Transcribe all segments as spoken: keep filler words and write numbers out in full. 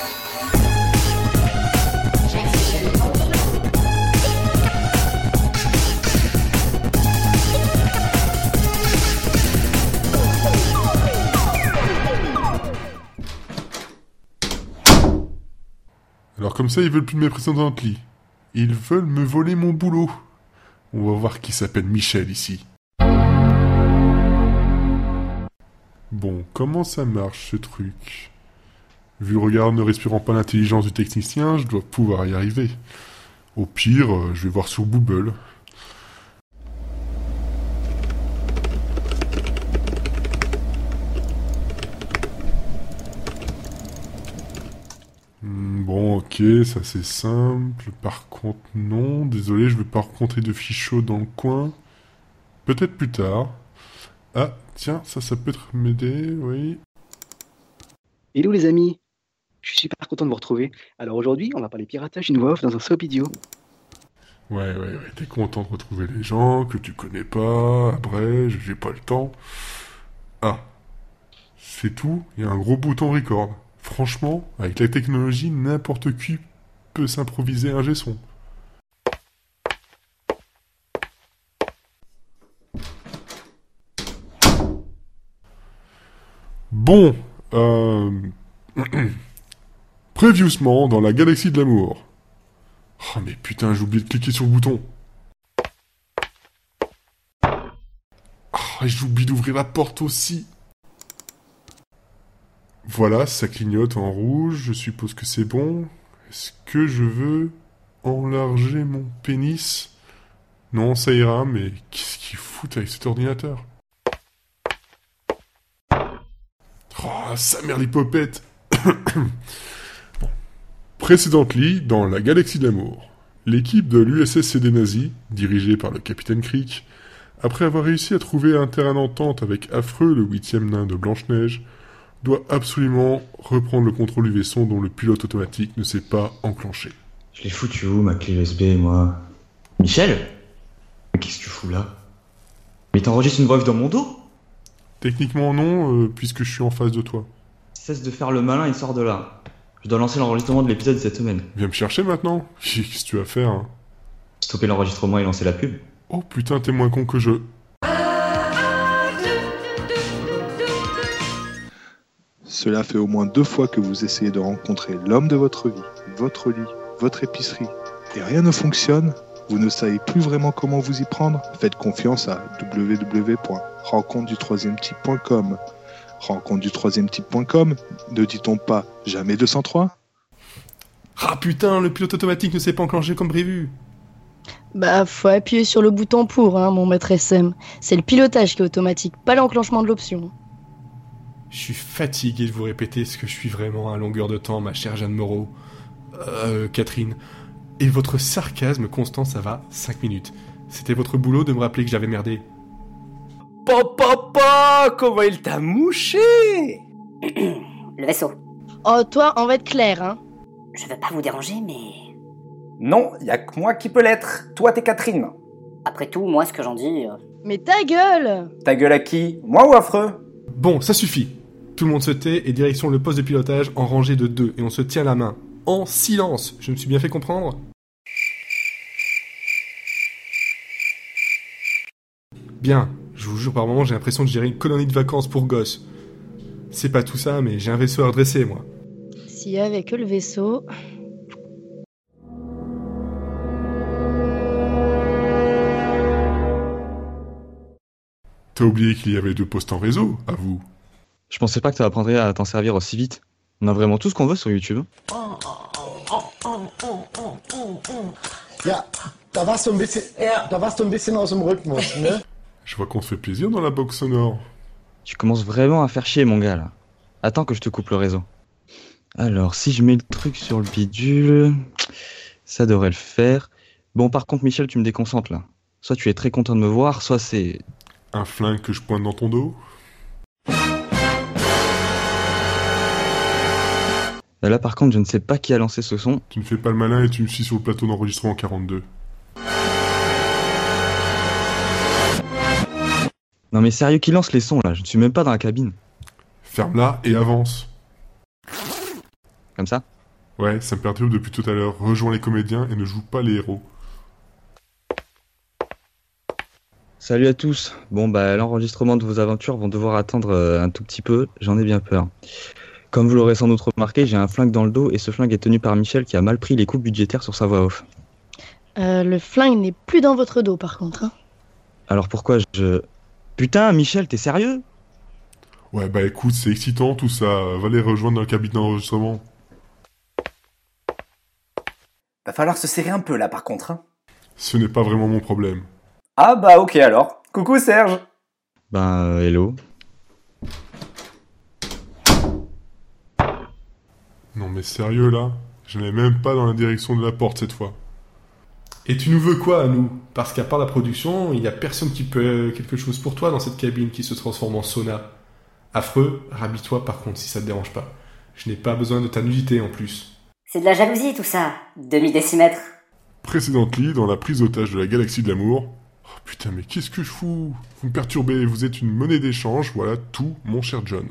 Alors comme ça, ils veulent plus de mes précédentes lits. Ils veulent me voler mon boulot. On va voir qui s'appelle Michel ici. Bon, comment ça marche ce truc? Vu le regard ne respirant pas l'intelligence du technicien, je dois pouvoir y arriver. Au pire, je vais voir sur Booble. Bon, ok, ça c'est simple. Par contre, non. Désolé, je veux pas rencontrer de filles chaudes dans le coin. Peut-être plus tard. Ah, tiens, ça, ça peut être m'aider, oui. Hello les amis, je suis super content de vous retrouver. Alors aujourd'hui, on va parler piratage d'une voix off dans un soap idiot. Ouais, ouais, ouais, t'es content de retrouver les gens que tu connais pas. Après, j'ai pas le temps. Ah, c'est tout. Il y a un gros bouton record. Franchement, avec la technologie, n'importe qui peut s'improviser un G-son. Bon, euh... Previously dans la galaxie de l'amour. Oh mais putain, j'ai oublié de cliquer sur le bouton. Oh, et j'ai oublié d'ouvrir la porte aussi. Voilà, ça clignote en rouge, je suppose que c'est bon. Est-ce que je veux enlarger mon pénis? Non, ça ira, mais qu'est-ce qu'ils foutent avec cet ordinateur? Oh, sa mère l'hypopète. Bon. Précédently, dans la galaxie de l'amour, l'équipe de l'U S S C D nazi, dirigée par le capitaine Crick, après avoir réussi à trouver un terrain d'entente avec Affreux, le huitième nain de Blanche-Neige, doit absolument reprendre le contrôle du vaisseau dont le pilote automatique ne s'est pas enclenché. Je l'ai foutu où, ma clé U S B, moi? Michel? Mais qu'est-ce que tu fous là? Mais t'enregistres une voix dans mon dos? Techniquement non, euh, puisque je suis en face de toi. Cesse de faire le malin et sors de là. Je dois lancer l'enregistrement de l'épisode de cette semaine. Viens me chercher maintenant. Qu'est-ce que tu vas faire, hein? Stopper l'enregistrement et lancer la pub. Oh putain, t'es moins con que je... Cela fait au moins deux fois que vous essayez de rencontrer l'homme de votre vie, votre lit, votre épicerie, et rien ne fonctionne. Vous ne savez plus vraiment comment vous y prendre? Faites confiance à w w w point rencontre du troisième type point com. rencontre du troisième type point com, ne dit-on pas jamais deux cent trois? Ah putain, le pilote automatique ne s'est pas enclenché comme prévu. Bah, faut appuyer sur le bouton pour, hein, mon maître S M. C'est le pilotage qui est automatique, pas l'enclenchement de l'option. Je suis fatigué de vous répéter ce que je suis vraiment à longueur de temps, ma chère Jeanne Moreau. Euh, Catherine. Et votre sarcasme constant, ça va cinq minutes. C'était votre boulot de me rappeler que j'avais merdé. Papa, comment il t'a mouché? Le vaisseau. Oh, toi, on va être clair, hein. Je veux pas vous déranger, mais... Non, y a que moi qui peux l'être. Toi, t'es Catherine. Après tout, moi, ce que j'en dis... Euh... Mais ta gueule! Ta gueule à qui? Moi ou Affreux? Bon, ça suffit. Tout le monde se tait et direction le poste de pilotage en rangée de deux. Et on se tient la main. En silence. Je me suis bien fait comprendre? Bien. Je vous jure, par moments, j'ai l'impression de gérer une colonie de vacances pour gosses. C'est pas tout ça, mais j'ai un vaisseau à redresser, moi. S'il y avait que le vaisseau... T'as oublié qu'il y avait deux postes en réseau, à vous. Je pensais pas que t'apprendrais à t'en servir aussi vite. On a vraiment tout ce qu'on veut sur YouTube. Ja, da warst du ein bisschen, da warst du ein bisschen aus dem Rhythmus, ne? Je vois qu'on te fait plaisir dans la box sonore. Tu commences vraiment à faire chier, mon gars, là. Attends que je te coupe le réseau. Alors, si je mets le truc sur le bidule... Ça devrait le faire. Bon, par contre, Michel, tu me déconcentres, là. Soit tu es très content de me voir, soit c'est... Un flingue que je pointe dans ton dos? Et là, par contre, je ne sais pas qui a lancé ce son. Tu ne fais pas le malin et tu me suis sur le plateau d'enregistrement quarante-deux. Non mais sérieux, qui lance les sons, là? Je ne suis même pas dans la cabine. Ferme-la et avance. Comme ça? Ouais, ça me perturbe depuis tout à l'heure. Rejoins les comédiens et ne joue pas les héros. Salut à tous. Bon bah l'enregistrement de vos aventures vont devoir attendre euh, un tout petit peu, j'en ai bien peur. Comme vous l'aurez sans doute remarqué, j'ai un flingue dans le dos et ce flingue est tenu par Michel qui a mal pris les coupes budgétaires sur sa voix off. Euh, le flingue n'est plus dans votre dos par contre. Hein. Alors pourquoi je... Putain Michel, t'es sérieux? Ouais, bah écoute, c'est excitant tout ça. Va les rejoindre dans le cabine d'enregistrement. Va falloir se serrer un peu là par contre. Hein. Ce n'est pas vraiment mon problème. Ah bah ok alors. Coucou Serge. Ben euh, hello. Non mais sérieux là? Je n'ai même pas dans la direction de la porte cette fois. Et tu nous veux quoi à nous? Parce qu'à part la production, il n'y a personne qui peut quelque chose pour toi dans cette cabine qui se transforme en sauna. Affreux, rhabille-toi par contre si ça te dérange pas. Je n'ai pas besoin de ta nudité en plus. C'est de la jalousie tout ça. Demi-décimètre. Précédently dans la prise d'otage de la galaxie de l'amour. Oh putain mais qu'est-ce que je fous? Vous me perturbez, vous êtes une monnaie d'échange, voilà tout, mon cher John.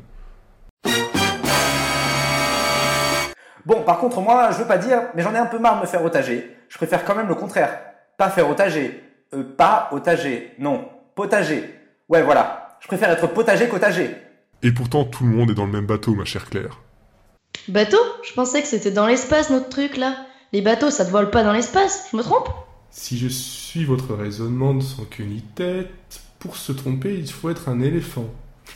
Bon, par contre, moi, je veux pas dire, mais j'en ai un peu marre de me faire otager. Je préfère quand même le contraire. Pas faire otager. Euh, pas otager. Non, potager. Ouais, voilà. Je préfère être potager qu'otager. Et pourtant tout le monde est dans le même bateau, ma chère Claire. Bateau? Je pensais que c'était dans l'espace notre truc là. Les bateaux ça ne vole pas dans l'espace, je me trompe? Si je suis votre raisonnement de sans queue ni tête, pour se tromper, il faut être un éléphant.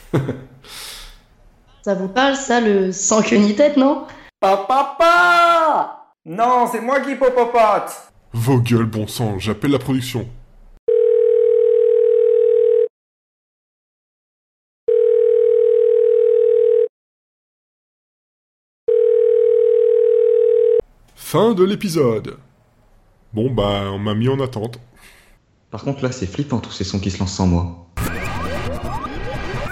Ça vous parle ça le sans queue ni tête, non? Papa! Non, c'est moi qui popopote. Vos gueules, bon sang, j'appelle la production. Fin de l'épisode. Bon bah, on m'a mis en attente. Par contre là c'est flippant tous ces sons qui se lancent sans moi.